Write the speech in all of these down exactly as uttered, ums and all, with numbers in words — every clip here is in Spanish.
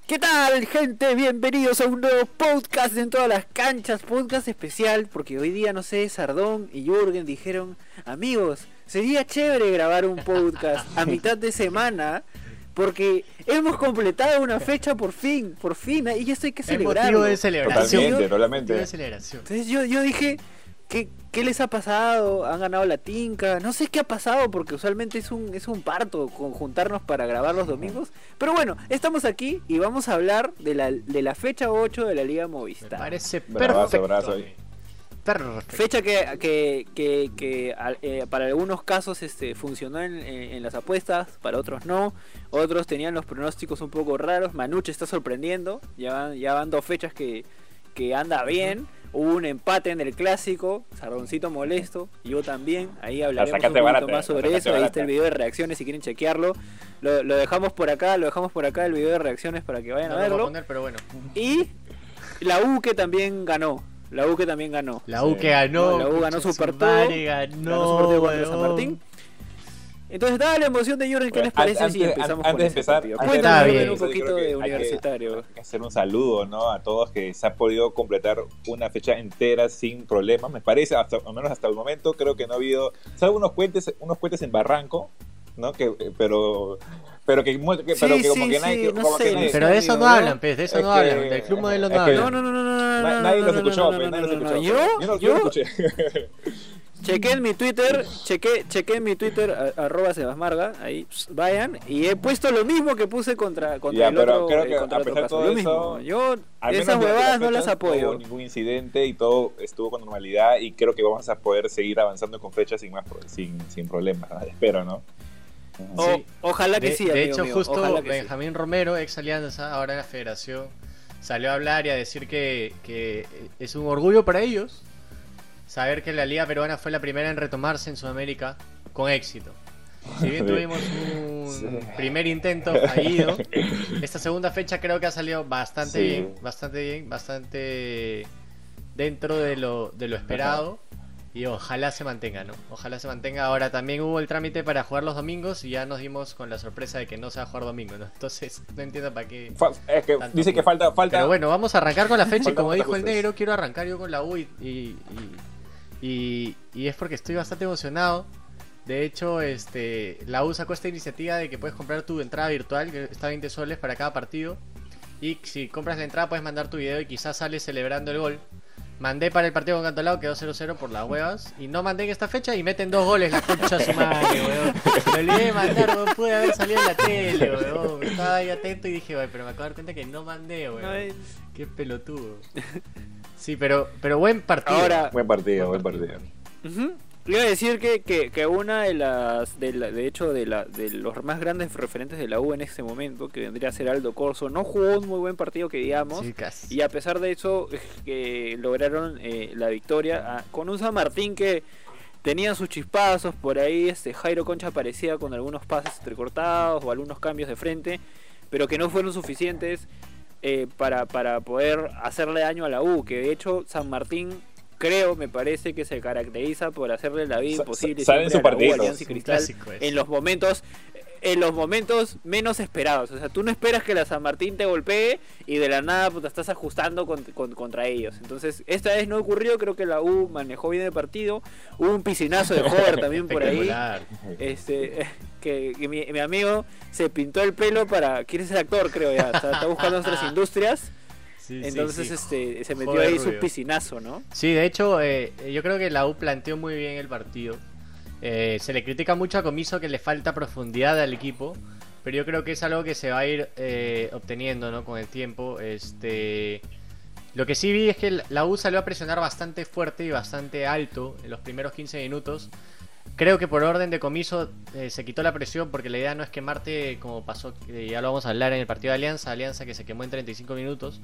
¿Qué tal, gente? Bienvenidos a un nuevo podcast en todas las canchas, podcast especial, porque hoy día, no sé, Sardón y Jürgen dijeron, amigos, sería chévere grabar un podcast a mitad de semana, porque hemos completado una fecha por fin, por fin, y esto hay que celebrarlo. Es motivo de celebración. Totalmente, totalmente. Motivo de celebración. Entonces yo, yo dije, ¿qué, ¿qué les ha pasado? ¿Han ganado la tinca? No sé qué ha pasado, porque usualmente es un, es un parto con juntarnos para grabar los domingos. Pero bueno, estamos aquí y vamos a hablar de la, de la fecha ocho de la Liga Movistar. Me parece Bravazo, perfecto. bravazo ahí. Perfecto. Fecha que, que, que, que eh, para algunos casos este, funcionó en, en, en las apuestas, para otros no. Otros tenían los pronósticos un poco raros. Manuche está sorprendiendo. Ya van, ya van dos fechas que, que anda bien. Hubo un empate en el clásico. Sardoncito molesto. Yo también. Ahí hablaremos un poquito barata, más sobre eso. Ahí está el video de reacciones si quieren chequearlo. Lo, lo dejamos por acá. Lo dejamos por acá el video de reacciones para que vayan No a lo voy a verlo. poner, pero bueno. Y la U que también ganó. La U que también ganó. La U Sí. que ganó. No, la U ganó su concha de partido. madre, Ganó su Ganó, partido contra San weón. Martín. Entonces, dada la emoción de Jürgen, ¿qué les Bueno, parece antes- si empezamos antes con de ese empezar, partido? antes de Está Cuéntanos bien. un empezar, yo poquito creo que de hay que- universitario. hay que hacer un saludo, ¿no? A todos que se ha podido completar una fecha entera sin problemas. Me parece, hasta, al menos hasta el momento, creo que no ha habido, salvo unos puentes, unos puentes en Barranco, ¿no? Que, eh, pero, pero que, mu- que- pero Sí, que como sí, que nadie, sí, que- no como sé, que no nadie- sé. Pero de eso no amigo, hablan, pues. De eso Es no que- hablan. Del club modelo no es que- No, hablan. no, no, no, no, no, na- no, nadie no, los no, escuchó, no, pues, no, nadie los no, no, escuchó. ¿Yo? Yo no, yo ¿Yo? no escuché. Chequé en mi Twitter, chequé, chequé en mi Twitter, a- arroba Sebasmarga, ahí, pss, vayan, y he puesto lo mismo que puse contra, contra Ya, el pero otro, creo eh, que contra a el otro pesar de caso, todo lo eso, mismo. Yo Al menos esas de- de huevadas no fechas las apoyo. No hubo ningún incidente y todo estuvo con normalidad y creo que vamos a poder seguir avanzando con fechas sin más pro- sin, sin problemas, ¿no? Espero, ¿no? O- Sí. Ojalá que De, sí, de amigo hecho, mío, justo ojalá que sí. Benjamín Romero, ex Alianza, ahora en la federación, salió a hablar y a decir que, que es un orgullo para ellos saber que la Liga Peruana fue la primera en retomarse en Sudamérica con éxito. Si bien Sí. tuvimos un Sí. primer intento fallido, esta segunda fecha creo que ha salido bastante Sí. bien, bastante bien, bastante dentro de lo, de lo esperado. Y ojalá se mantenga, ¿no? Ojalá se mantenga. Ahora también hubo el trámite para jugar los domingos y ya nos dimos con la sorpresa de que no se va a jugar domingo, ¿no? Entonces no entiendo para qué. Fa- Es que Tanto dice que apuro. falta, falta. Pero bueno, vamos a arrancar con la fecha y Faltan como otras dijo el cosas. negro, quiero arrancar yo con la U y, y, y, y- y es porque estoy bastante emocionado. De hecho, este la U sacó esta iniciativa de que puedes comprar tu entrada virtual, que está a veinte soles para cada partido. Y si compras la entrada puedes mandar tu video y quizás sales celebrando el gol. Mandé para el partido con Cantolao, quedó cero cero por las huevas. Y no mandé en esta fecha y meten dos goles la concha de su madre, weón. Me olvidé de mandar, weón. Pude haber salido en la tele, weón. Estaba ahí atento y dije, weón, pero me acabo de dar cuenta que no mandé, weón. No hay- Qué pelotudo. Sí, pero, pero buen partido. Ahora, Buen partido, buen partido. Ujú. Iba a decir que, que, que una de las, de, la- de hecho, de, la, de los más grandes referentes de la U en este momento, que vendría a ser Aldo Corso, no jugó un muy buen partido que digamos, Sí, casi. y a pesar de eso, eh, que lograron eh, la victoria, ah, con un San Martín que tenía sus chispazos, por ahí este Jairo Concha aparecía con algunos pases entrecortados o algunos cambios de frente, pero que no fueron suficientes eh, para, para poder hacerle daño a la U, que de hecho San Martín... Creo, me parece que se caracteriza por hacerle la vida Sa- imposible sa- saben siempre sus a la U, partiditos. Alianza y Es un Cristal clásico ese. en los momentos en los momentos menos esperados. O sea, tú no esperas que la San Martín te golpee y de la nada pues, te estás ajustando con- con- contra ellos. Entonces, esta vez no ocurrió, creo que la U manejó bien el partido. Hubo un piscinazo de Hover también por ahí. Espectacular. Este, que, que mi, mi amigo se pintó el pelo para... Quiere ser actor, creo ya. Está, está buscando otras industrias. Sí, sí, Entonces sí. este se metió Joder, ahí su rubio. piscinazo, ¿no? Sí, de hecho, eh, yo creo que la U planteó muy bien el partido. Eh, se le critica mucho a Comiso que le falta profundidad al equipo, pero yo creo que es algo que se va a ir eh, obteniendo, ¿no? Con el tiempo. Este, lo que sí vi es que la U salió a presionar bastante fuerte y bastante alto en los primeros quince minutos. Creo que por orden de Comiso eh, se quitó la presión porque la idea no es quemarte como pasó, que ya lo vamos a hablar en el partido de Alianza, Alianza que se quemó en treinta y cinco minutos.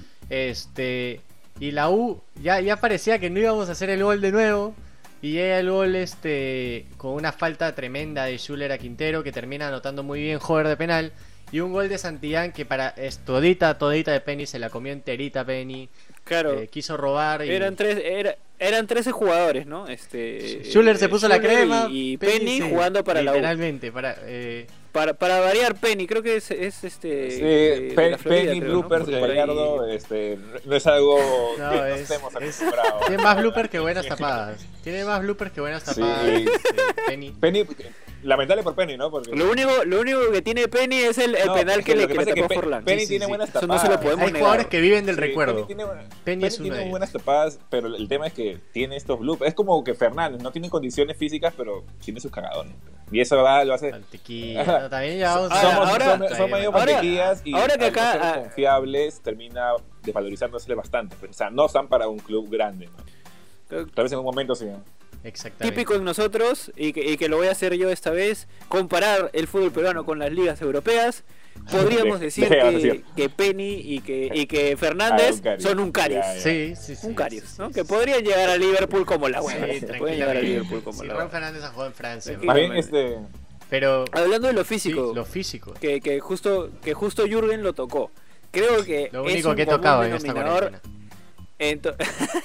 Este, y la U ya, ya parecía que no íbamos a hacer el gol de nuevo. Y llega el gol este con una falta tremenda de Schuller a Quintero, que termina anotando muy bien Jover de penal. Y un gol de Santillán que para es todita, todita de Penny, se la comió enterita Penny. Claro. Eh, quiso robar y... Eran tres, era, eran trece jugadores, ¿no? Este Schuller se eh, puso la Schuller crema y, y Penny sí, jugando para la U. literalmente, para eh, Para, para variar, Penny, creo que es, es este. Sí, de- de Pe- la Florida, Penny creo, ¿no? bloopers Por- de por ahí- Gallardo, este, no es algo No, que nos es- estemos es- acostumbrados. Tiene más bloopers que buenas tapadas. Tiene más bloopers que buenas Sí. tapadas. este, Penny. Penny, lamentable por Penny, ¿no? Porque Lo único, lo único que tiene Penny es el, el No, penal es que, que le, lo que que pasa le es que tapó Pe- Forlán. Penny Sí, sí, tiene sí. buenas Eso tapadas. no se lo podemos Hay negar. jugadores que viven del Sí, recuerdo. Penny tiene, Penny Penny es uno tiene de ellos. buenas tapadas, pero el tema es que tiene estos bloopers. Es como que Fernández no tiene condiciones físicas, pero tiene sus cagadones. Y eso va, lo hace. Mantequilla. Ajá. No, también ya vamos Ahora, Somos, ahora- somos- son medio ahora- mantequillas y ahora que al no acá- ser ah, confiables termina desvalorizándose bastante. Pero, o sea, no están para un club grande, ¿no? Tal vez en un momento sí. Exactamente. Típico en nosotros, y que, y que lo voy a hacer yo esta vez, comparar el fútbol peruano con las ligas europeas. Podríamos De- decir deja de que, decir. que Penny y que, y que Fernández Ah, un Carius. son un Carius. Ya, ya. Sí, sí, sí. Un Carius, sí, ¿no? sí, Que sí. podrían llegar a Liverpool como la Sí, hueva. Pueden llegar a tranquilamente. Liverpool como Sí, la Ron hueva. Fernández ha jugado en Francia. Tranquilo. ¿no? Más bien, este. Pero Hablando de lo sí, físico, lo físico. que, que justo que justo Jürgen lo tocó. Creo que Lo es único un que he común tocado en esta denominador. cuarentena. Ento-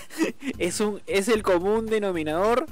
es un es el común denominador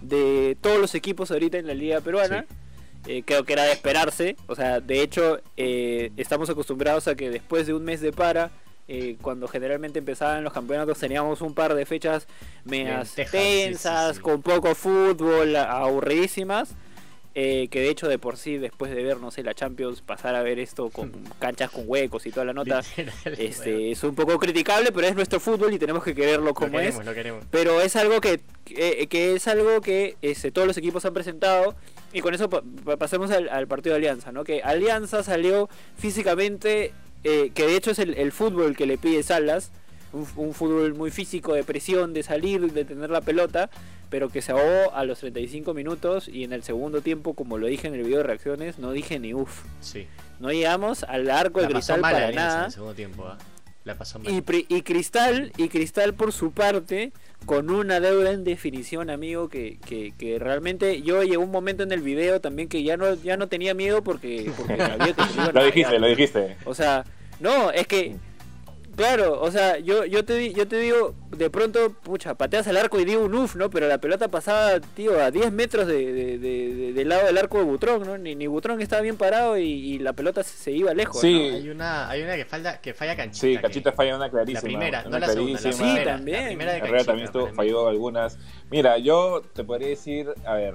de todos los equipos ahorita en la liga peruana. Eh, creo que era de esperarse. O sea, de hecho, eh, estamos acostumbrados a que después de un mes de para, eh, cuando generalmente empezaban los campeonatos, teníamos un par de fechas medias Lentejas, tensas, sí, sí, sí. con poco fútbol, a- aburridísimas. Eh, que de hecho, de por sí, después de ver, no sé, la Champions, pasar a ver esto con canchas con huecos y toda la nota, Literal, este, bueno, es un poco criticable, pero es nuestro fútbol y tenemos que quererlo lo como queremos, es. lo queremos. Pero es algo que, que, que es algo que este, todos los equipos han presentado. Y con eso pa- pa- pasemos al, al partido de Alianza, ¿no? Que Alianza salió físicamente, eh, que de hecho es el, el fútbol que le pide Salas, un, un fútbol muy físico, de presión, de salir, de tener la pelota, pero que se ahogó a los treinta y cinco minutos. Y en el segundo tiempo, como lo dije en el video de reacciones, no dije ni uff. Sí. No llegamos al arco de La pasó Cristal mal para Alianza en nada. el segundo tiempo, ¿ah? La pasó mal. Y, pri- y Cristal, y Cristal por su parte, con una deuda en definición, amigo, que, que, que realmente yo llegó un momento en el video también que ya no, ya no tenía miedo porque, porque sabía que se iban a Lo dijiste, fallar. lo dijiste. O sea, no, es que, claro, o sea, yo, yo te di- yo te digo, de pronto, pucha, pateas al arco y digo un uf, ¿no? Pero la pelota pasaba, tío, a diez metros de, de- de- de- del lado del arco de Butrón, ¿no? Ni, ni Butrón estaba bien parado y, y la pelota se, se iba lejos, Sí. ¿no? Hay una, hay una que falla, que falla Canchita. Sí, que- Cachita falla una clarísima. La primera, una no la segunda, la clarísima. Sí, primera. también. La primera de Herrera Canchita, también estuvo, para mí. falló algunas. Mira, yo te podría decir, a ver,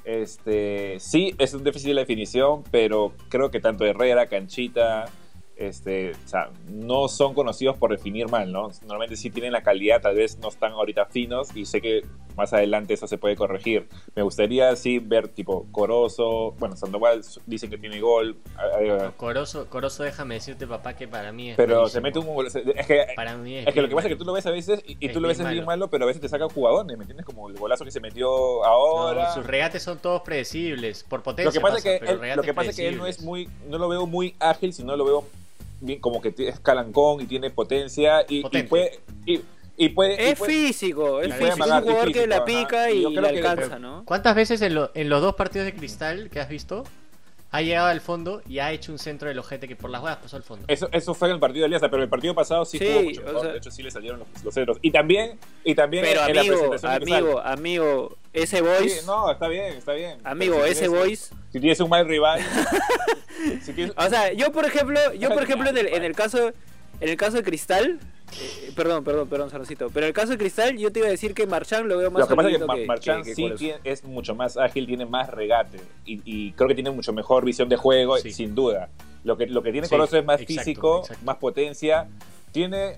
este, sí, es un déficit de la definición, pero creo que tanto Herrera, Canchita, este, o sea, no son conocidos por definir mal, ¿no? Normalmente sí tienen la calidad, tal vez no están ahorita finos y sé que más adelante eso se puede corregir. Me gustaría sí ver tipo Corozo, bueno, Sandoval dicen que tiene gol, eh, Corozo, Corozo, déjame decirte, papá, que para mí es pero malísimo. se mete un gol, es que Para mí es, es que lo bien que pasa es que malo. tú lo ves a veces y, y Es tú lo ves bien es bien malo. malo, pero a veces te saca jugadores, ¿me entiendes? Como el golazo que se metió ahora. No, sus regates son todos predecibles, por potencia. Lo que pasa es que pero él, regates lo que pasa es que él no es predecibles. muy, no lo veo muy ágil, sino lo veo bien como que es calancón y tiene potencia y, y Potente. puede y, y puede y Es puede- físico, es y físico, puede es un amagar, y jugador que físico, la ajá. pica Y y yo creo le que- alcanza, ¿no? ¿Cuántas veces en, lo- en los dos partidos de Cristal que has visto ha llegado al fondo y ha hecho un centro del ojete que por las huevas pasó al fondo? eso, eso fue en el partido de Alianza, pero el partido pasado sí, Sí, jugó mucho o mejor. sea- De hecho, sí le salieron los, los ceros. Y también, y también Pero en la amigo, presentación de Cristal. amigo, amigo, ese Sí, voice, no, está bien, está bien. amigo, Pero si ese tienes- voice. Si tienes un mal rival. si tienes- O sea, yo por ejemplo, yo por ejemplo en el, en el caso, en el caso de Cristal, eh, perdón, perdón, perdón, Sarcito, pero en el caso de Cristal yo te iba a decir que Marchand lo veo más Lo que pasa es que solito Mar- Marchand que sí Corozo. tiene- es mucho más ágil, tiene más regate y, y creo que tiene mucho mejor visión de juego, Sí. sin duda. Lo que, lo que tiene Sí, Corozo es más exacto, físico, exacto. más potencia. Tiene.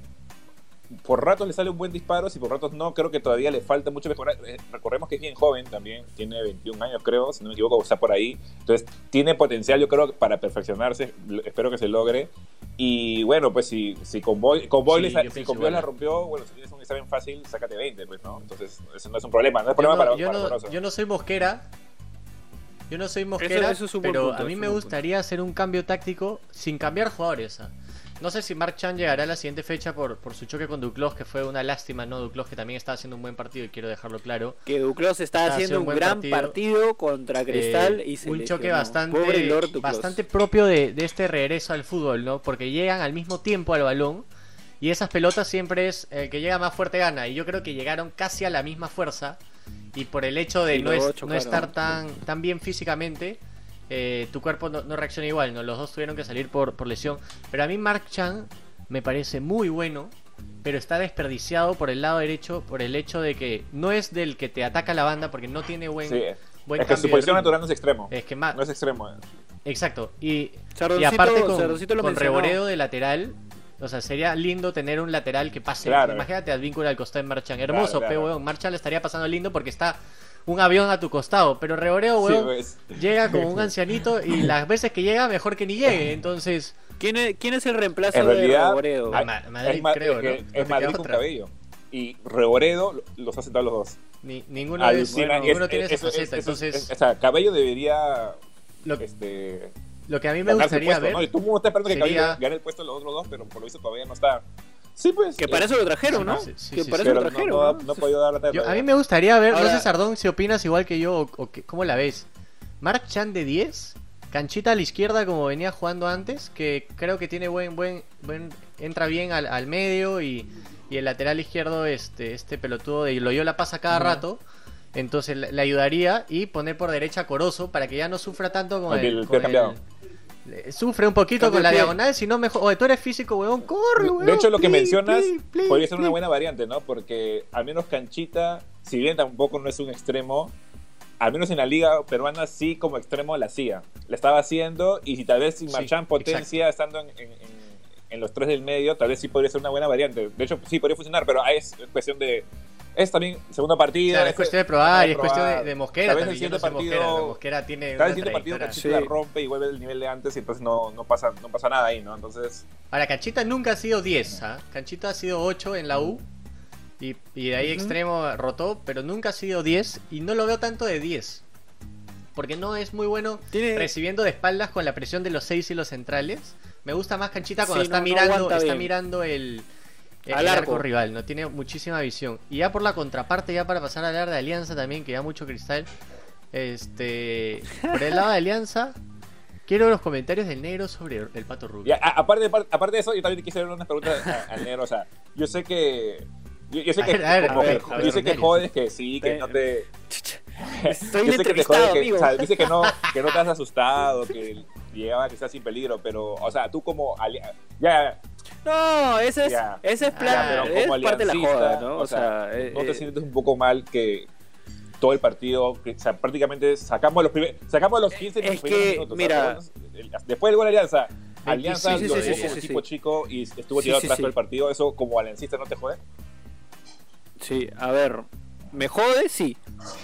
Por ratos le sale un buen disparo, si por ratos no, creo que todavía le falta mucho mejorar. Eh, Recordemos que es bien joven también, tiene veintiún años creo, si no me equivoco, o está por ahí. Entonces tiene potencial yo creo para perfeccionarse, lo- espero que se logre. Y bueno, pues si, si con Boy, con Boy Sí, le sa- yo si pienso con Boy igual. la rompió, bueno, si tienes un examen fácil, sácate veinte, pues, ¿no? Entonces eso no es un problema, no es Yo problema no, para, yo para no- Corozo. yo no soy mosquera. Yo no soy mosquera, eso es un buen pero punto, a mí es un me buen gustaría hacer un cambio táctico sin cambiar jugadores. ¿ah? No sé si Mark Chan llegará a la siguiente fecha por, por su choque con Duclos, que fue una lástima, ¿no? Duclos que también está haciendo un buen partido y quiero dejarlo claro. Que Duclos está Está haciendo haciendo un un buen gran partido. partido, contra Cristal Eh, y se un lesionó. choque bastante, Pobre Lord Duclos. bastante propio de, de este regreso al fútbol, ¿no? Porque llegan al mismo tiempo al balón y esas pelotas siempre es el que llega más fuerte gana. Y yo creo que llegaron casi a la misma fuerza y por el hecho de Y no, luego es- no chocaron. estar tan, tan bien físicamente, eh, tu cuerpo no, no reacciona igual, ¿no? Los dos tuvieron que salir por, por lesión. Pero a mí Mark Chan me parece muy bueno, pero está desperdiciado por el lado derecho, por el hecho de que no es del que te ataca la banda, porque no tiene buen, Sí, buen es que cambio su de posición ritmo. natural no es extremo. Es que más, No es extremo. eh. exacto. Y, Sardoncito- y aparte con, Sardoncito lo con mencionó. Reboredo de lateral, o sea, sería lindo tener un lateral que pase. Claro. Imagínate Advíncula al costado de Marchand. Hermoso, Claro, pe, claro. weón. Marchand le estaría pasando lindo porque está un avión a tu costado. Pero Reboredo, Sí, weón, pues. llega como un ancianito y las veces que llega, mejor que ni llegue. Entonces, ¿Quién es, quién es el reemplazo En de realidad, Reboredo? Ah, Ma- Madrid, es, ma- creo, es que ¿no? es No te Madrid queda con otra. cabello. Y Reboredo los ha sentado los dos. ni, ninguno, es, Alucina, bueno, y ninguno es- tiene esa es- es- faceta. es- Entonces, es- o sea, Cabello debería lo, este, lo que a mí me ganarse el gustaría puesto, ver. ¿no? Y tú mundo está esperando que sería- Cabello gane el puesto de los otros dos, pero por lo visto todavía no está. Sí, pues. Que eh, para eso lo trajeron, ¿no? Sí, sí, que sí, para sí. eso pero lo no, trajeron, no, ha- ¿no? no ha podido dar la talla. Yo- a mí me gustaría ver, no Ahora- sé, Sardón, si opinas igual que yo o, o que- cómo la ves. Mark Chan de diez, Canchita a la izquierda como venía jugando antes, que creo que tiene buen, buen, buen entra bien al, al medio y, y el lateral izquierdo, este, este pelotudo de Loyola pasa cada Ujú. rato, entonces le, le ayudaría y poner por derecha a Corozo para que ya no sufra tanto con Ok, el, el con pie cambiado. le- sufre un poquito Cambio con la de pie. diagonal, si no mejor, oye, tú eres físico, weón, corre, weón. De hecho, lo que please, mencionas please, please, podría ser una please. buena variante, ¿no? Porque al menos Canchita, si bien tampoco no es un extremo, al menos en la liga peruana sí como extremo la hacía. La estaba haciendo y si tal vez sin Sí, Marchand potencia estando en, en- en- en los tres del medio, tal vez sí podría ser una buena variante. De hecho, sí podría funcionar, pero es cuestión de... Es también segunda partida. Claro, es cuestión de probar y es cuestión de, probar. de Mosquera Tal vez también. el Yo no siguiente sé Mosquera, partido- la Mosquera tiene Tal una vez el siguiente partido trayectoria. Canchita Sí. la rompe y vuelve al nivel de antes y entonces no, no, pasa, no pasa nada ahí, ¿no? Entonces... Ahora, Canchita nunca ha sido diez, ¿ah? Canchita ha sido ocho en la U y, y de ahí Ujú. extremo rotó, pero nunca ha sido diez y no lo veo tanto de diez. Porque no es muy bueno Tiene- recibiendo de espaldas con la presión de los seis y los centrales. Me gusta más Canchita cuando Sí, está no, no mirando, aguanta está bien. mirando el, el Al arco arco. rival, no tiene muchísima visión. Y ya por la contraparte, ya para pasar a hablar de Alianza también, que ya mucho cristal. Este, por el lado de Alianza, quiero los comentarios del negro sobre el Pato Rubio. Y a- a- aparte, de, aparte de eso, yo también quisiera hacer unas preguntas a- al negro. O sea, yo sé que. Yo, yo sé A que, ver, a ver, como a que- ver, a ver, yo sé que Rondelio. jodes, que sí, que no te. Estoy yo sé que te entrevistado, jode, que, amigo. o sea, dice que no, que no te has asustado, que llegaba que estás sin peligro, pero, o sea, tú como. ali- Ya, No, ese es, Ya. ese es Ya, plan, pero es como parte de la aliancista, joda, ¿no? o sea, eh, ¿no te eh, sientes un poco mal que todo el partido, que, o sea, prácticamente sacamos los primeros, sacamos los quince Es primeros que, minutos, mira, o sea, el- después del gol de Alianza, Alianza sí, lo sí, sí, jugó sí, como sí, equipo sí. chico y estuvo Sí, tirado sí, atrás sí. todo el partido, ¿eso como aliancista no te jode? Sí, a ver, ¿me jode? Sí.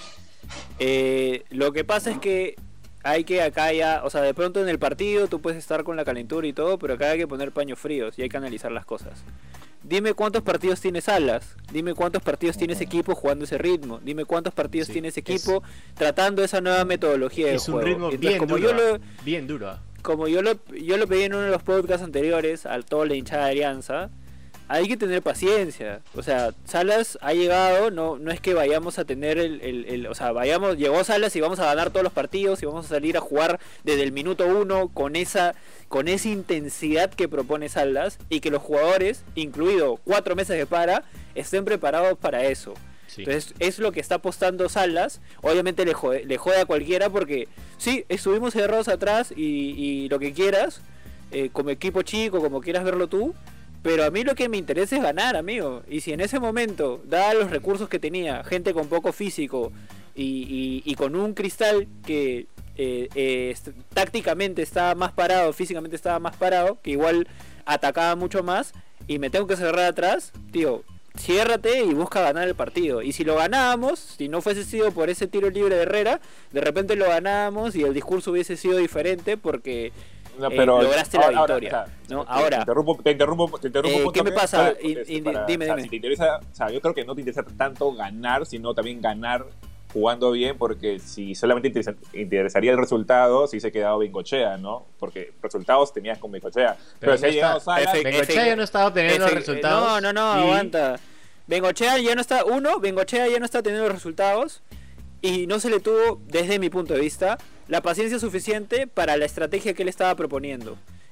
Eh, lo que pasa es que hay que acá ya, o sea, de pronto en el partido tú puedes estar con la calentura y todo, pero acá hay que poner paños fríos y hay que analizar las cosas. Dime cuántos partidos tiene Salas, dime cuántos partidos tiene ese equipo jugando ese ritmo, dime cuántos partidos Sí, tiene ese es- equipo tratando esa nueva metodología de Es un juego. ritmo Entonces, bien como duro, yo lo, ah, bien duro. ah. como yo lo, yo lo pedí en uno de los podcasts anteriores al toda la hinchada de Alianza, hay que tener paciencia. O sea, Salas ha llegado, no, no es que vayamos a tener el, el, el- o sea, vayamos, llegó Salas y vamos a ganar todos los partidos y vamos a salir a jugar desde el minuto uno con esa, con esa intensidad que propone Salas y que los jugadores, incluido cuatro meses de para, estén preparados para eso. Sí. Entonces es lo que está apostando Salas. Obviamente le jode, le jode a cualquiera porque sí, estuvimos cerrados atrás y, y lo que quieras, eh, como equipo chico, como quieras verlo tú. Pero a mí lo que me interesa es ganar, amigo. Y si en ese momento, dados los recursos que tenía, gente con poco físico y, y- y con un Cristal que eh, eh, est- tácticamente estaba más parado, físicamente estaba más parado, que igual atacaba mucho más, y me tengo que cerrar atrás, tío, ciérrate y busca ganar el partido. Y si lo ganábamos, si no fuese sido por ese tiro libre de Herrera, de repente lo ganábamos y el discurso hubiese sido diferente porque No, eh, pero lograste la ahora- ahora, victoria. o sea, ¿no? te- Ahora, te interrumpo, te interrumpo, te interrumpo Eh, un punto ¿qué me también, pasa? ¿vale? Y- Este, y- para- dime, o sea, dime. Si te interesa, o sea, yo creo que no te interesa tanto ganar, sino también ganar jugando bien, porque si solamente interesa- interesaría el resultado, si se quedado Bengochea, ¿no? Porque resultados tenías con Bengochea. Pero, Pero si no ha llegado está- Salas, efe- Bengochea efe- ya no estaba obteniendo los Efe- resultados. No, no, no, y- aguanta. Bengochea ya no está, uno, Bengochea ya no está teniendo los resultados y no se le tuvo, desde mi punto de vista, la paciencia suficiente para la estrategia que él estaba proponiendo.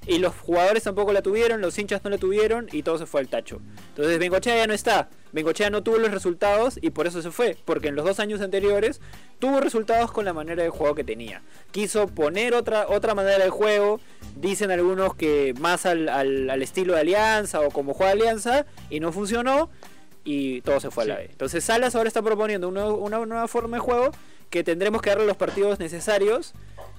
y los jugadores tampoco la tuvieron, los hinchas no la tuvieron y todo se fue al tacho. Entonces Bengochea ya no está, Bengochea no tuvo los resultados y por eso se fue, porque en los dos años anteriores tuvo resultados con la manera de juego que tenía. Quiso poner otra, otra manera de juego, dicen algunos que más al, al, al estilo de Alianza o como juega Alianza, y no funcionó y todo se fue a la vez. Entonces Salas ahora está proponiendo una, una nueva forma de juego que tendremos que darle los partidos necesarios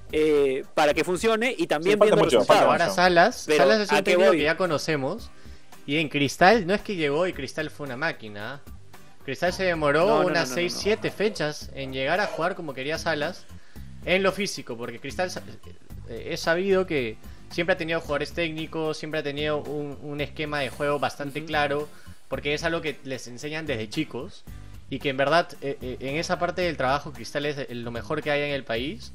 Eh, para que funcione y también sí, viendo mucho, resultados. Ahora Salas, Pero, Salas es ¿a un qué técnico voy? que ya conocemos. Y en Cristal, no es que llegó y Cristal fue una máquina. Cristal se demoró No, no, unas no, no, seis no. siete fechas en llegar a jugar como quería Salas en lo físico, porque Cristal eh, es sabido que siempre ha tenido jugadores técnicos, siempre ha tenido un, un esquema de juego bastante Uh-huh. claro, porque es algo que les enseñan desde chicos. Y que en verdad, eh, eh, en esa parte del trabajo, Cristal es lo mejor que hay en el país.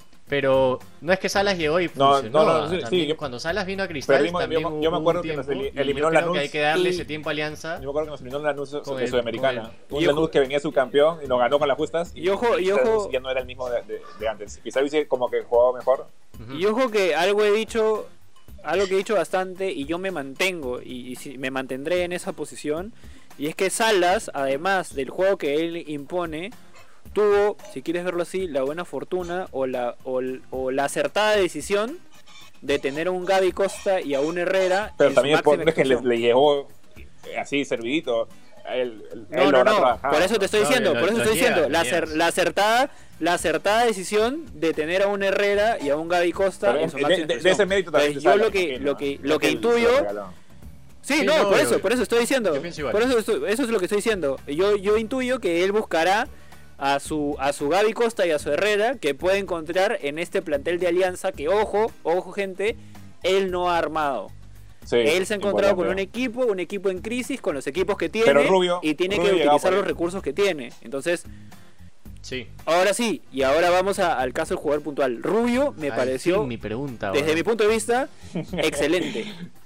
Pero no es que Salas llegó y No, funcionó. no, no, sí, también sí, yo- cuando Salas vino a Cristal, Perdimos, también yo, me- hubo yo me acuerdo un que nos tiempo, eli- y eliminó yo creo Lanús que hay que darle y- ese tiempo a Alianza. Yo me acuerdo que nos eliminó la Lanús Con de el- Sudamericana. con Un Y Lanús ojo- que venía subcampeón y nos ganó con las justas. Y ojo- y quizás ojo- ya no era el mismo de, de- de antes. Quizás hubiese como que jugado mejor. Ujú. Y ojo que algo he dicho, algo que he dicho bastante y yo me mantengo y, y si- me mantendré en esa posición. Y es que Salas, además del juego que él impone, tuvo, si quieres verlo así, la buena fortuna o la, o, l- o la acertada decisión de tener a un Gaby Costa y a un Herrera. Pero en su también máxima no es que le, expresión. le llegó así servidito. Él, él No, lo no, habrá no, trabajado. por eso te estoy No, diciendo, lo- por eso lo estoy lleva, diciendo, lo la, lleva. acer- la acertada, la acertada decisión de tener a un Herrera y a un Gaby Costa Pero en es- su de, máxima de- de expresión. ese mérito también. Entonces, te yo sale, lo que, imagino. lo que, No lo que él se intuyo, lo regaló. sí, Sí, no, no, por obvio, eso, obvio. por eso estoy diciendo, Yo pienso igual. por eso estoy- eso es lo que estoy diciendo. Yo, yo intuyo que él buscará a su, a su Gaby Costa y a su Herrera, que puede encontrar en este plantel de Alianza, que ojo, ojo gente, él no ha armado. Sí, Él se ha encontrado con un importante. equipo, un equipo en crisis, con los equipos que tiene, Pero Rubio- y tiene Rubio que llegaba utilizar por los ahí. recursos que tiene. Entonces, Sí. ahora sí, y ahora vamos a- al caso del jugador puntual. Rubio me Al pareció, fin, mi pregunta. desde weón. mi punto de vista, excelente.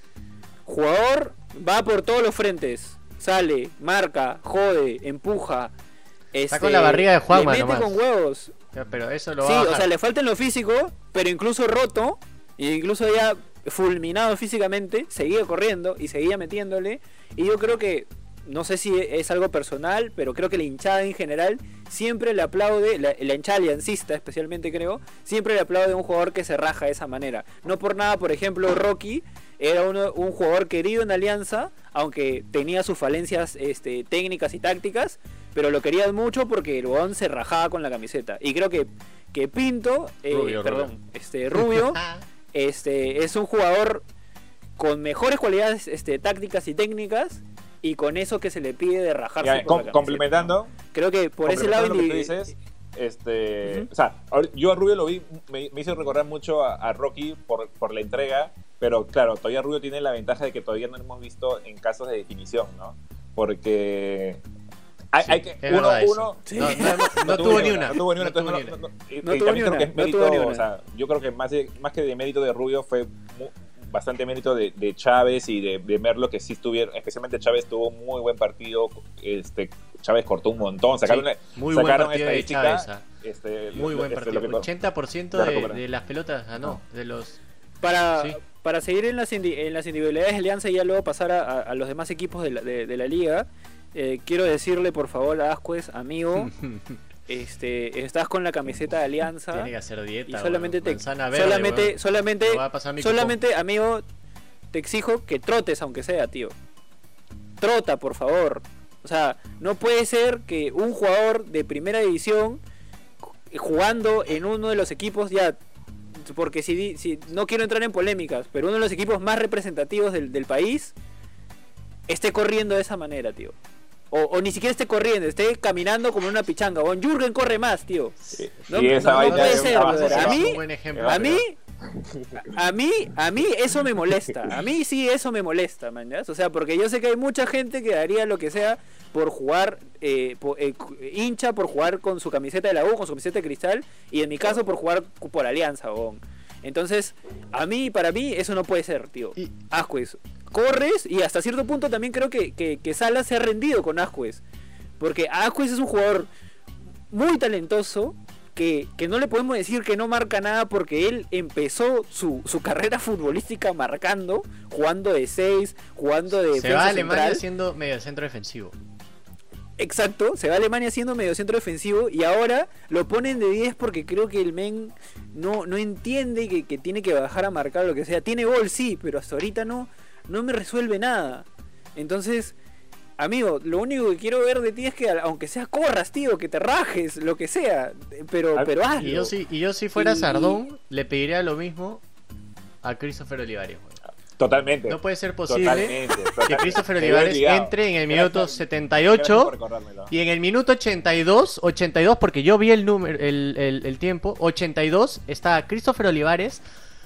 Jugador va por todos los frentes, sale, marca, jode, empuja. Está este, con la barriga de Juanma le mete nomás. con huevos. Pero eso lo Sí, va a o bajar. sea, le falta en lo físico, pero incluso roto, e incluso ya fulminado físicamente, seguía corriendo y seguía metiéndole. Y yo creo que, no sé si es algo personal, pero creo que la hinchada en general siempre le aplaude, la, la hinchada aliancista especialmente creo, siempre le aplaude a un jugador que se raja de esa manera. No por nada, por ejemplo, Rocky era uno, un jugador querido en Alianza, aunque tenía sus falencias este, técnicas y tácticas, pero lo querían mucho porque el huevón se rajaba con la camiseta. Y creo que, que Pinto, eh, Rubio, perdón, Rubio. este Rubio, este es un jugador con mejores cualidades este, tácticas y técnicas, y con eso que se le pide de rajarse Ya, con com- la camiseta. complementando, Creo que por ese lado complementando lo que tú indi- dices, este, Ujú. o sea, ahor- yo a Rubio lo vi, me, me hizo recordar mucho a, a Rocky por, por la entrega, pero claro, todavía Rubio tiene la ventaja de que todavía no lo hemos visto en casos de definición, ¿no? Porque hay, Sí, hay que es uno, verdad eso. uno Sí. No, no- no tuvo ni una. no tuvo ni una, No tuvo entonces ni no- una. no- y- No y tuvo también ni creo que una, es no mérito, tuvo ni una. o sea, yo creo que más de, más que de mérito de Rubio fue mu- bastante mérito de, de Chávez y de, de Merlo, que sí estuvieron, especialmente Chávez tuvo muy buen partido, este Chávez cortó un montón, sacaron, Sí, una- muy buen sacaron partido de estadística, Chávez, ah. este, Muy lo- buen este, partido. lo que- ochenta por ciento la de, recuperaron. de las pelotas ganó. De los. Para, Sí. para seguir en las, indi- en las individualidades de Alianza y ya luego pasar a, a- a los demás equipos de la, de, de la liga, eh, quiero decirle por favor a Ascuez, amigo, este, estás con la camiseta de Alianza Tiene que hacer dieta. y solamente weón. te Manzana verde, solamente weón. solamente Me va a pasar mi solamente amigo te exijo que trotes aunque sea, tío. Trota, por favor. O sea, no puede ser que un jugador de primera división jugando en uno de los equipos ya, porque si, si no quiero entrar en polémicas, pero uno de los equipos más representativos del, del país esté corriendo de esa manera, tío. O, o ni siquiera esté corriendo, esté caminando como una pichanga. O Jürgen corre más, tío. Sí, No, y esa no, no vaina puede es ser, una brother. basura. A mí- Un buen ejemplo. A mí, a mí, a mí eso me molesta. A mí sí eso me molesta, man. ¿Ya? O sea, porque yo sé que hay mucha gente que daría lo que sea por jugar, eh, por- eh, cu- hincha por jugar con su camiseta de la U, con su camiseta de Cristal, y en mi caso por jugar cu- por Alianza, weón. Entonces, a mí, para mí, eso no puede ser, tío. Y- Ascuez, corres y hasta cierto punto también creo que, que, que Salas se ha rendido con Ascuez. Porque Ascuez es un jugador muy talentoso, que, que no le podemos decir que no marca nada porque él empezó su, su carrera futbolística marcando, jugando de seis, jugando de Se va a defensa Alemania central. siendo medio centro defensivo. Exacto, se va a Alemania siendo medio centro defensivo y ahora lo ponen de diez porque creo que el men no, no entiende que, que tiene que bajar a marcar lo que sea. Tiene gol, sí, pero hasta ahorita no, no me resuelve nada. Entonces, amigo, lo único que quiero ver de ti es que aunque sea corras, tío, que te rajes, lo que sea, pero, pero hazlo. Y yo si, y yo si fuera Y- Sardón, le pediría lo mismo a Christopher Olivares. güey. Totalmente. No puede ser posible Totalmente, que totalmente. Christopher Me había Olivares olvidado. entre en el Gracias- minuto gracias setenta y por ocho recordármelo. y en el minuto ochenta y dos, ochenta y dos, porque yo vi el número, el, el, el tiempo, ochenta y dos, está Christopher Olivares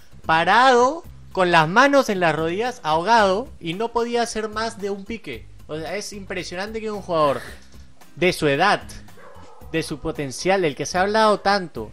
parado con las manos en las rodillas, ahogado, y no podía hacer más de un pique. O sea, es impresionante que un jugador de su edad, de su potencial, del que se ha hablado tanto,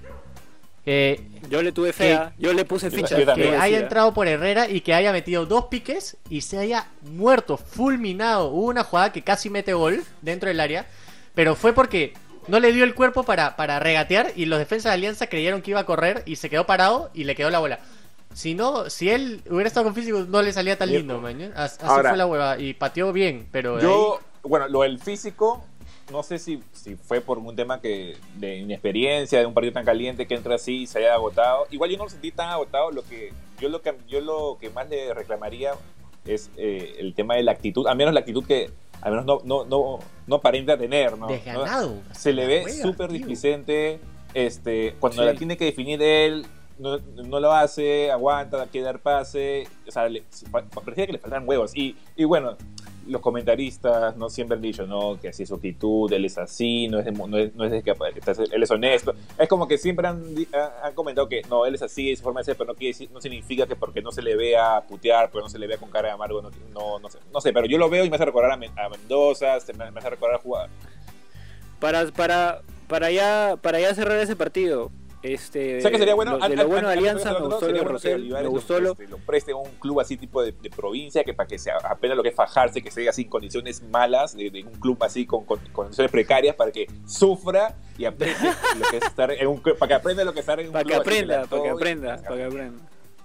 eh, Yo le tuve fea, yo le puse Yo- ficha. yo también. que decía. haya entrado por Herrera y que haya metido dos piques y se haya muerto, fulminado. Hubo una jugada que casi mete gol dentro del área, pero fue porque no le dio el cuerpo para, para regatear y los defensas de Alianza creyeron que iba a correr y se quedó parado y le quedó la bola. Si no, si él hubiera estado con físico no le salía tan Bien. lindo, man. As- Así Ahora, fue la hueva y pateó bien, pero de Yo, bueno, lo del físico, no sé si, si fue por un tema que de inexperiencia, de un partido tan caliente que entra así y se haya agotado. Igual yo no lo sentí tan agotado. Lo que yo lo que yo lo que más le reclamaría es eh, el tema de la actitud, al menos la actitud que al menos no no no no aparenta tener, ¿no? ahí, desganado. ¿No? Se le ve La hueva, súper tío. displicente, este, cuando Sí. la tiene que definir él. No, no lo hace, aguanta, quiere dar pase, o sea, le, pa- parecía que le faltan huevos. Y, y bueno, los comentaristas no siempre han dicho, no, que así es su actitud, él es así, no es de, no es, no es de que él es honesto. Es como que siempre han, di- han comentado que no, él es así, es su forma de ser, pero no, quiere decir, no significa que porque no se le vea putear, porque no se le vea con cara de amargo, no, no, no sé, no sé, pero yo lo veo y me hace recordar a, Men- a Mendoza, se me, me hace recordar a jugar. Para, para, para ya, para ya cerrar ese partido. Este, ¿Sabes qué sería bueno? Lo, de An- lo an- bueno de antes de Alianza, pasar me al otro, gustó lo sería de bueno que Rosell, Olivares me lo- gustó lo... este, lo preste a un club así tipo de, de provincia, que para que se aprenda lo que es fajarse, que se diga así en condiciones malas, de, de un club así con, con condiciones precarias, para que sufra y aprenda lo que es estar en un club, para que aprenda lo que es estar en un Para que club así, aprenda, la para que todo y- aprenda, para que aprenda.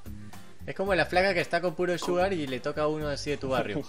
Es como la flaca que está con puro sugar y le toca a uno así de tu barrio.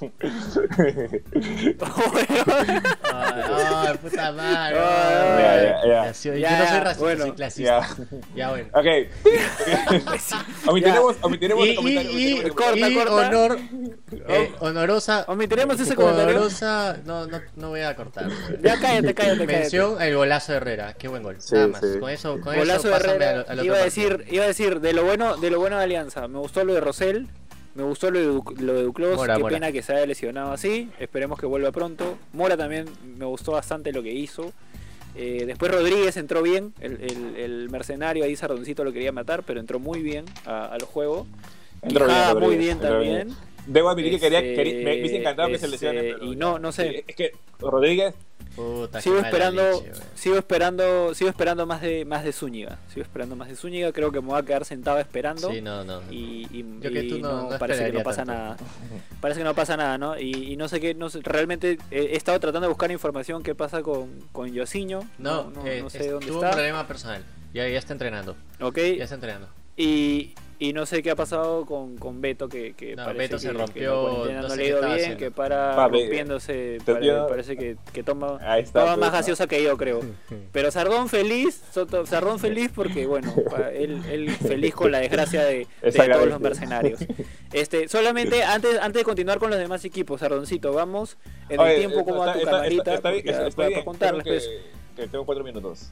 Ay, ay, puta madre. Ya, ay. ya, ya. Nació- Ya, Yo no soy ya, racista, bueno. soy clasista. Ya. Ya, bueno. Ok. omitiremos, omitiremos Y, el comentario. y, y, omitiremos el corta, y corta. honor, eh, honorosa. Omitiremos ese comentario. Honorosa, no, no, no voy a cortar. Ya cállate, cállate, cállate. Mención el golazo de Herrera, qué buen gol. Sí, Nada más. sí. Con eso, con Golazo eso de pásame Herrera. al, al otro Iba a partido. decir, iba a decir de lo bueno, de lo bueno de Alianza. Me gustó lo de Rosell, me gustó lo de, Du- lo de Duclos. Mora, Qué Mora. pena que se haya lesionado así. Esperemos que vuelva pronto. Mora también me gustó bastante lo que hizo. Eh, después Rodríguez entró bien, el, el, el mercenario ahí Sardoncito lo quería matar, pero entró muy bien a- al juego. Entró bien, Quijada muy Rodríguez, bien entró también. bien. Debo admitir que quería, Este, quería- me, me hubiese encantado que se este, lesione. pero y no, no sé. sí, es que Rodríguez, Puta, Sigo qué mala esperando, leche, güey. sigo esperando, sigo esperando más de más de Zúñiga. Sigo esperando más de Zúñiga, creo que me voy a quedar sentado esperando. Sí, no, no. Y, y- Yo que y tú no- no parece que no esperaría pasa tanto. nada. Parece que no pasa nada, ¿no? Y, y no sé qué, no sé, realmente eh, he estado tratando de buscar información qué pasa con, con Yosinho. No, no, eh, no sé es- dónde tuvo un está. problema personal. Ya, ya está entrenando. Ok. Ya está entrenando. Y, y no sé qué ha pasado con, con Beto, que, que No, parece Beto que, se que rompió, la cuarentena no no sé le ha qué ido estaba bien, haciendo. que para Papi, rompiéndose, te pare- pido- parece que, que toma, Ahí está, toma pues, más ¿no? gaseosa que yo, creo. Pero Sardón feliz, Soto- Sardón feliz porque, bueno, pa- él, él feliz con la desgracia de, de Exactamente. todos los mercenarios. Este, solamente, antes, antes de continuar con los demás equipos, Sardoncito, vamos en el Oye, tiempo como va está- tu está- camarita, está- está bien, porque- está- está para, bien, para contarles, creo pues. que, que tengo cuatro minutos.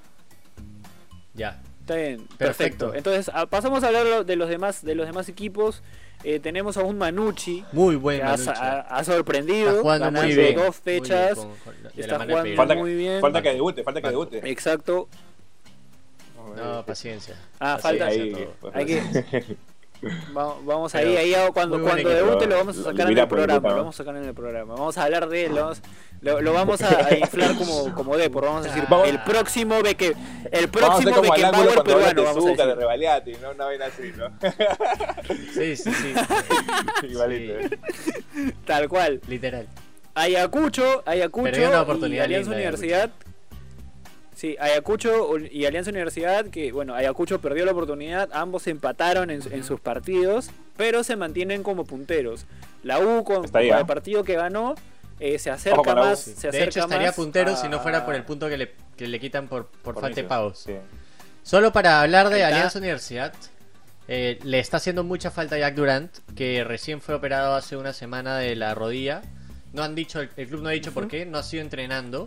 Ya. Está bien, perfecto. Perfecto. Entonces, a- pasamos a hablar lo- de los demás, de los demás equipos. Eh, tenemos a un Manucci Muy buen que ha, Manucci. ha- ha sorprendido, Está jugando muy ganando bien. dos Muy fechas. bien con- con la- de la está mano de jugando Pereira. Falta, muy bien. falta que debute, falta que Falta. debute. Exacto. No, paciencia. Ah, Paciencia falta- Ahí, todo. pues, Hay que- Va- Vamos Pero ahí, ahí a- cuando, muy buen cuando equipo. debute lo vamos a sacar en el Mirá, pues, programa, puta. lo vamos a sacar en el programa. Vamos a hablar de él, lo vamos, lo, lo vamos a, a inflar como, como Depor, vamos a decir, Vamos- el próximo Beque, el Vamos a hacer próximo como al ángulo Beckenbauer cuando hablan peruano, de vamos a Zucca, de decir. Revaliati, ¿no? Una vaina así, ¿no? Sí, sí, sí. Igualito. Sí, Tal cual. literal. Ayacucho, Ayacucho Perdió una y oportunidad Alianza linda, Universidad. Sí, Ayacucho y Alianza Universidad, que bueno, Ayacucho perdió la oportunidad, ambos empataron en, en sus partidos, pero se mantienen como punteros. La U con, con el partido que ganó eh, se acerca más. Sí. Se de acerca hecho estaría más puntero a... si no fuera por el punto que le, que le quitan por, por, por falta de pagos. Sí. Solo para hablar de Alianza Universidad, eh, le está haciendo mucha falta a Jack Durant, que recién fue operado hace una semana de la rodilla. No han dicho, el, el club no ha dicho uh-huh. por qué, no ha sido entrenando.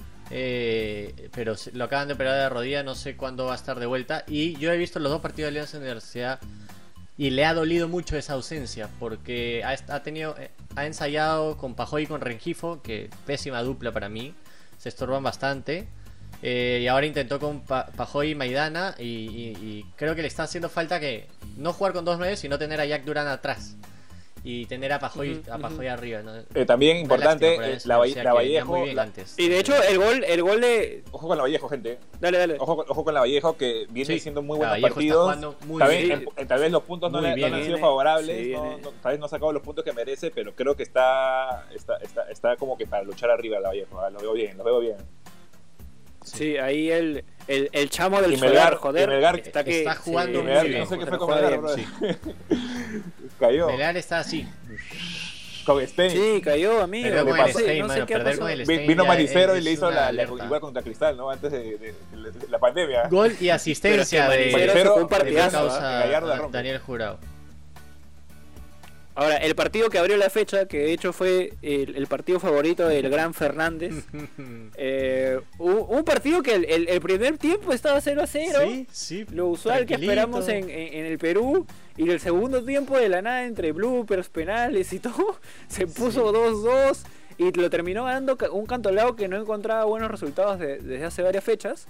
Eh, pero lo acaban de operar de la rodilla, no sé cuándo va a estar de vuelta. Y yo he visto los dos partidos de Alianza Universidad y le ha dolido mucho esa ausencia, porque ha, ha tenido ha ensayado con Pajoy y con Rengifo, que pésima dupla para mí, se estorban bastante. Eh, y ahora intentó con pa Pajoy y Maidana y, y, y creo que le está haciendo falta que no jugar con dos nueve, sino tener a Jack Durant atrás y tener a Pajoy, uh-huh, a Pajoy uh-huh. arriba, ¿no? Eh, también Una importante la, la Vallejo la... y de hecho el gol el gol de ojo con la Vallejo, gente, dale dale ojo, ojo con la Vallejo, que viene sí, diciendo muy buenos Vallejo partidos muy tal, bien. vez, tal vez los puntos no, bien, no han sido favorables, sí, no, no, tal vez no ha sacado los puntos que merece, pero creo que está está, está, está como que para luchar arriba la Vallejo, ¿eh? Lo veo bien, lo veo bien. Sí, ahí el, el, el chamo del Melgar, Solar, joder, Melgar, está, que, está jugando sí, muy Melgar, bien. No sé qué fue con Melgar, bro. Sí. Cayó. Melgar está así. Con Stein. Sí, cayó, amigo. Pero con el no Stein, no mano, sé qué perder pasó. con el Stein Vino ya Manicero es y le hizo la, la alerta. igual contra Cristal, ¿no? Antes de, de, de, de la pandemia. Gol y asistencia Pero es que de, Manicero fue un partidazo, de causa ¿eh? Gallardo la rompe. Daniel Jurado. Ahora, el partido que abrió la fecha, que de hecho fue el, el partido favorito del Gran Fernández, eh, un, un partido que el, el, el primer tiempo estaba cero a cero, sí, sí, lo usual que esperamos en, en, en el Perú, y el segundo tiempo de la nada entre bloopers, penales y todo, se puso dos dos y lo terminó ganando un Cantolao que no encontraba buenos resultados de, desde hace varias fechas.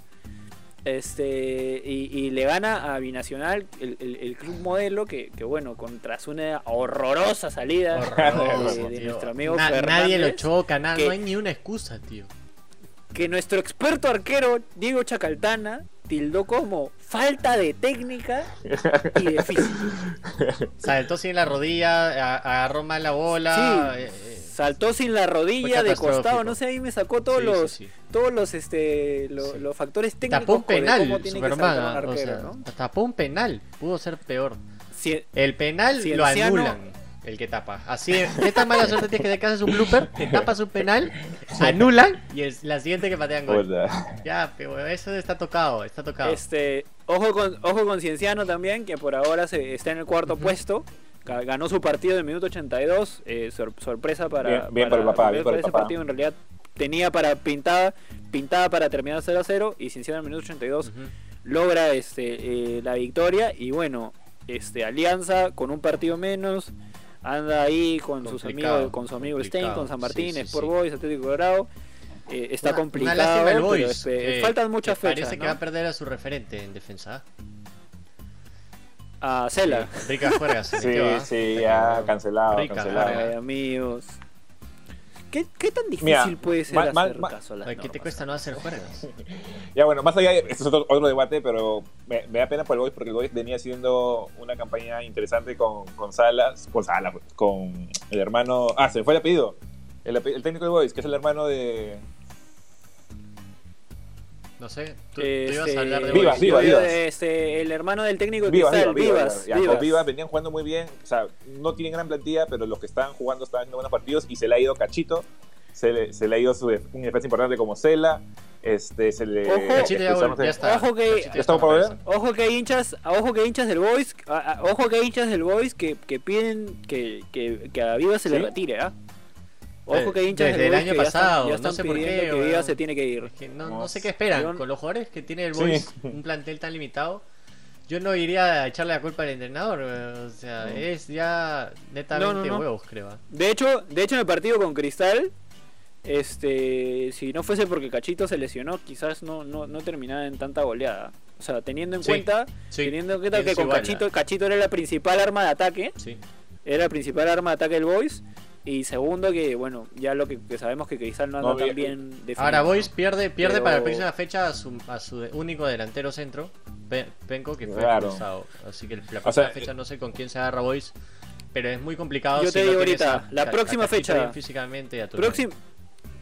Este y, y le gana a Binacional, el, el, el club modelo, que, que bueno, con tras una horrorosa salida Horroroso, de, de tío. nuestro amigo Na Fernández, nadie lo choca, nada, que, no hay ni una excusa, tío. Que nuestro experto arquero Diego Chacaltana tildó como falta de técnica y de físico. Saltó sin la rodilla, agarró mal la bola. Sí, eh, eh. saltó sin la rodilla de costado, no sé, ahí me sacó todos sí, los sí, sí. todos los este lo, sí. los factores técnicos. Tapó un penal, de cómo tiene Superman, que saltar un arquero, o sea, ¿no? tapó un penal, pudo ser peor. Si, el penal si lo anciano... anulan, el que tapa. Así, ¿qué tan mala suerte tienes que te casas un blooper? Te tapas un penal, anulan y es la siguiente que patean gol. Ya, pero eso está tocado, está tocado. Este, ojo con ojo con Cienciano también, que por ahora se está en el cuarto uh-huh. puesto. Ganó su partido en el minuto ochenta y dos, eh, sor sorpresa para bien, bien para, por el papá, bien para por el ese papá. partido en realidad tenía para pintada pintada para terminar cero a cero y Cienciano en el minuto ochenta y dos uh-huh. logra este eh, la victoria y bueno, este Alianza con un partido menos anda ahí con complicado, sus amigos, con su amigo Stein, con San Martín, sí, sí, Sport sí. Boys, Atlético Grau. Eh, está una, complicado, una el pero Boys, eh, faltan muchas fechas. Parece ¿no? que va a perder a su referente en defensa. A Cela. Sí, Rica Juergas. Sí, sí, ya cancelado. Rica, cancelado. Ay, amigos. ¿Qué, ¿Qué tan difícil Mira, puede ser mal, hacer mal, caso a las ¿Qué normas? te cuesta no hacer Juergas? Ya bueno, más allá de esto es otro, otro debate, pero me, me da pena por el Boys porque el Boys venía haciendo una campaña interesante con, con Salas, con Salas, con el hermano, ah, se me fue el apellido, el, el técnico del Boys, que es el hermano de... No sé, tú, este, tú ibas a hablar de Vivas, Vivas, Vivas. Este, el hermano del técnico de Vivas, Cristal, Vivas, Vivas, Vivas, Vivas. Vivas venían jugando muy bien, o sea, no tienen gran plantilla, pero los que estaban jugando estaban haciendo buenos partidos y se le ha ido Cachito, se le, se le ha ido su, un defensa importante como Cela, este, se le... Ojo, Cachito ya, ya, ya está. Ojo que, ¿Ya está por ver? Ojo que hay hinchas, ojo que hay hinchas del Boys, a, a, ojo que hay hinchas del Boys que, que piden que, que, que a Vivas se ¿Sí? le retire, ¿ah? ¿eh? Ojo que hay hinchas desde del el Boys año que pasado, ya están, ya están no sé por pidiendo qué, que bueno. Vivas se tiene que ir. Es que no, No no sé qué esperan, yo... con los jugadores que tiene el Boys, sí. un plantel tan limitado. Yo no iría a echarle la culpa al entrenador, o sea, no. es ya netamente no, no, no. huevos, creo. De hecho, de hecho en el partido con Cristal, este, si no fuese porque Cachito se lesionó, quizás no, no, no terminaba en tanta goleada. O sea, teniendo en sí, cuenta, sí, teniendo en cuenta que con igual, Cachito, Cachito era la principal arma de ataque, sí. era la principal arma de ataque del Boys. Y segundo que, bueno, ya lo que, que sabemos que Cristal no anda no, tan bien definido. Ahora Boys pierde pierde pero... para la próxima fecha a su, a su único delantero centro, Penco, que fue claro. expulsado. Así que la próxima o sea, fecha no sé con quién se agarra Boys, pero es muy complicado. Yo si te digo no ahorita, la a, próxima a fecha físicamente a tu próxima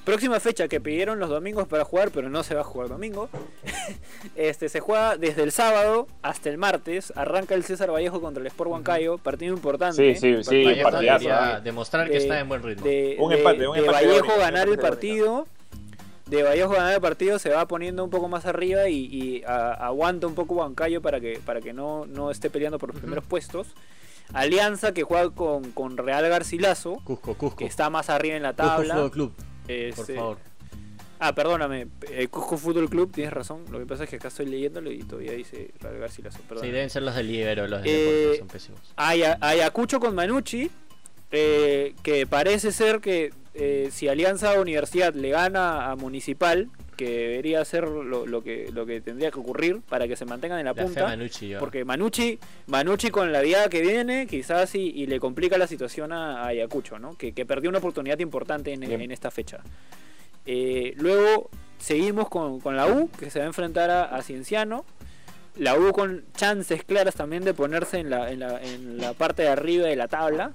próxima fecha que pidieron los domingos para jugar, pero no se va a jugar domingo. este se juega desde el sábado hasta el martes. Arranca el César Vallejo contra el Sport Huancayo, partido importante. Sí, sí, sí, Vallejo partidazo. debería ¿eh? demostrar que De- está en buen ritmo. De, Un de- empate, un de empate Vallejo bonito, ganar un el empate partido. De Vallejo ganar el partido se va poniendo un poco más arriba y, y a- aguanta un poco Huancayo para que para que no, no esté peleando por los Ujú. primeros puestos. Alianza que juega con, con Real Garcilaso, Cusco, Cusco. que está más arriba en la Cusco tabla. Fútbol Club, por Este, favor. Ah, perdóname, eh, Cusco Fútbol Club, tienes razón. Lo que pasa es que acá estoy leyéndolo y todavía dice Real Garcilaso. Sí, Perdón. deben ser los del Ibero, los del Eh, Deportes, son pésimos. Aya- Ayacucho con Manucci, eh, que parece ser que eh, si Alianza Universidad le gana a Municipal, que debería ser lo, lo que lo que tendría que ocurrir para que se mantengan en la, La fe punta. Manucci, yo. Porque Manucci, Manucci con la viada que viene, quizás y, y le complica la situación a, a Ayacucho, ¿no? Que, que perdió una oportunidad importante en, Bien. en esta fecha. Eh, luego seguimos con, con la U, que se va a enfrentar a, a Cienciano. La U con chances claras también de ponerse en la, en la, en la parte de arriba de la tabla.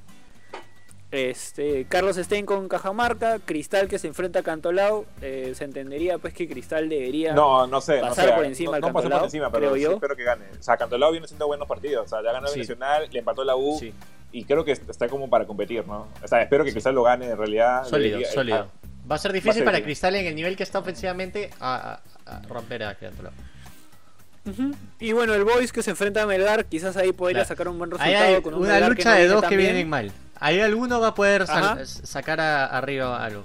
Este, Carlos Stein con Cajamarca, Cristal que se enfrenta a Cantolao. Eh, se entendería pues que Cristal debería No, no sé. pasar no sé, por encima no, al no pasó Cantolao, por encima, pero creo sí yo. espero que gane. O sea, Cantolao viene haciendo buenos partidos. O sea, ya ganó el Sí. Nacional, le empató la U Sí. y creo que está como para competir, ¿no? O sea, espero que Cristal lo gane en realidad. Sólido, Debería- sólido. ah, Va a ser va a difícil ser para bien. Cristal en el nivel que está ofensivamente a, a- a romper a Cantolao. Ujú. Y bueno, el Boys que se enfrenta a Melgar, quizás ahí podría Claro. sacar un buen Ahí resultado hay con un una Melgar lucha que no de viene dos tan que bien. vienen mal. Ahí alguno va a poder sal- Ajá. sacar a- arriba algo.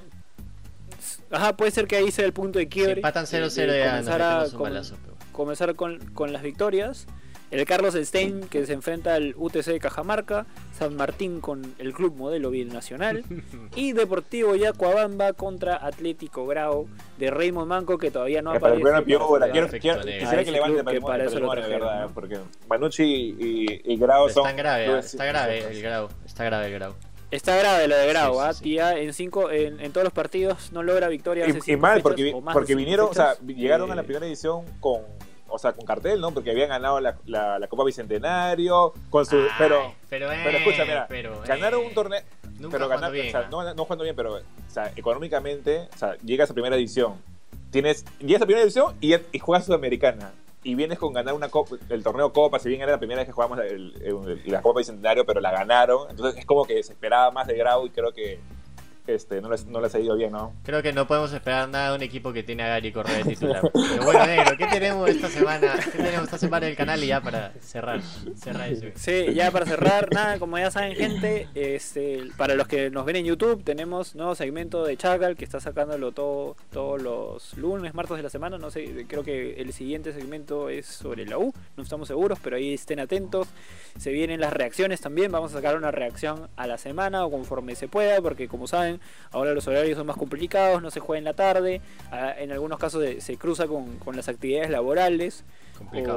Ajá, puede ser que ahí sea el punto de Si quiebre. empatan cero de- cero de ya nos comenzar a metemos un com- balazo. pero- comenzar con, con las victorias. El Carlos Stein que se enfrenta al U T C de Cajamarca, San Martín con el Club Modelo Binacional y Deportivo Yacuabamba contra Atlético Grau de Raymond Manco que todavía no Eh, para el aparece. primer Piura, quiero, Perfecto, quiero- negro. quisiera Ah, que levante ese club que patrimonio, para eso lo patrimonio, de trajeron, verdad, ¿no? porque Manucci y, y Grau Está son... en grave, ah, clubes- está grave el Grau. Está grave el Grau. Está grave lo de Grau, Sí, sí, ¿ah? sí. Tía, en cinco en, en todos los partidos no logra victoria hace Y, y cinco mal, fechas, porque, o más de porque cinco vinieron, o sea, fechas. llegaron a la Eh, primera edición con, o sea, con cartel, ¿no? Porque habían ganado la, la, la Copa Bicentenario, con su, Ay, pero, pero, eh, pero escucha, mira, pero, eh, ganaron un torneo, nunca pero jugando ganaron, bien, o sea, ¿ah? no, no jugando bien, pero, o sea, económicamente, o sea, llegas a primera edición, tienes, llegas a primera edición y, y juegas Sudamericana. Y vienes con ganar una copa, el torneo Copa, si bien era la primera vez que jugamos el- el- la Copa Bicentenario, pero la ganaron. Entonces es como que se esperaba más de Grau y creo que este, no, les, no les ha ido bien, ¿no? Creo que no podemos esperar nada de un equipo que tiene a Gary Correa de titular. Pero bueno, negro, ¿qué tenemos esta semana? ¿Qué tenemos esta semana en el canal? Y ya para cerrar, cerrar eso. Sí, ya para cerrar, nada, como ya saben gente, este, para los que nos ven en YouTube tenemos nuevo segmento de Chacal que está sacándolo todo, todos los lunes, martes de la semana, no sé, creo que el siguiente segmento es sobre la U, no estamos seguros, pero ahí estén atentos, se vienen las reacciones también, vamos a sacar una reacción a la semana o conforme se pueda, porque como saben, ahora los horarios son más complicados, no se juega en la tarde, ah, en algunos casos de- se cruza con, con las actividades laborales. Complicado.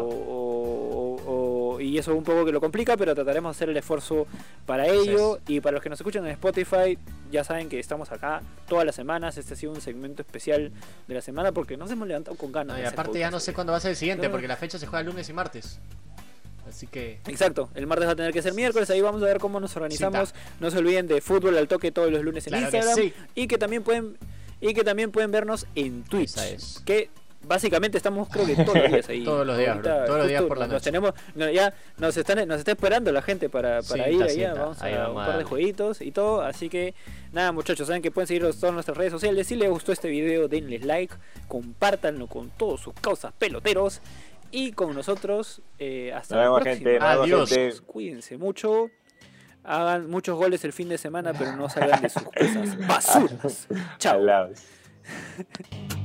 O, o- o- y eso un poco que lo complica, pero trataremos de hacer el esfuerzo para Así ello. es. Y para los que nos escuchan en Spotify, ya saben que estamos acá todas las semanas. Este ha sido un segmento especial de la semana porque nos hemos levantado con ganas. No, de y hacer aparte ya no podcast. sé cuándo va a ser el siguiente, No. porque la fecha se juega lunes y martes. Así que Exacto, el martes va a tener que ser miércoles, ahí vamos a ver cómo nos organizamos. No se olviden de Fútbol al Toque todos los lunes en Claro que Instagram. sí. Y que también pueden y que también pueden vernos en Twitch. Esa es. Que básicamente estamos creo que todos los días ahí. Todos los días, Ahorita bro, todos los días justo por la nos noche. tenemos, no, ya nos están nos está esperando la gente para, para Sí, ir está, allá. sí, está. Vamos Ahí a vamos un a par de darle. jueguitos y todo. Así que nada, muchachos, saben que pueden seguirnos en todas nuestras redes sociales. Si les gustó este video, denle like, compártanlo con todos sus causas peloteros. Y con nosotros, eh, hasta Nos la vemos, próxima. gente. Nos vemos, Adiós. gente. Cuídense mucho. Hagan muchos goles el fin de semana, pero no salgan de sus cosas basuras. Chao. Al lado.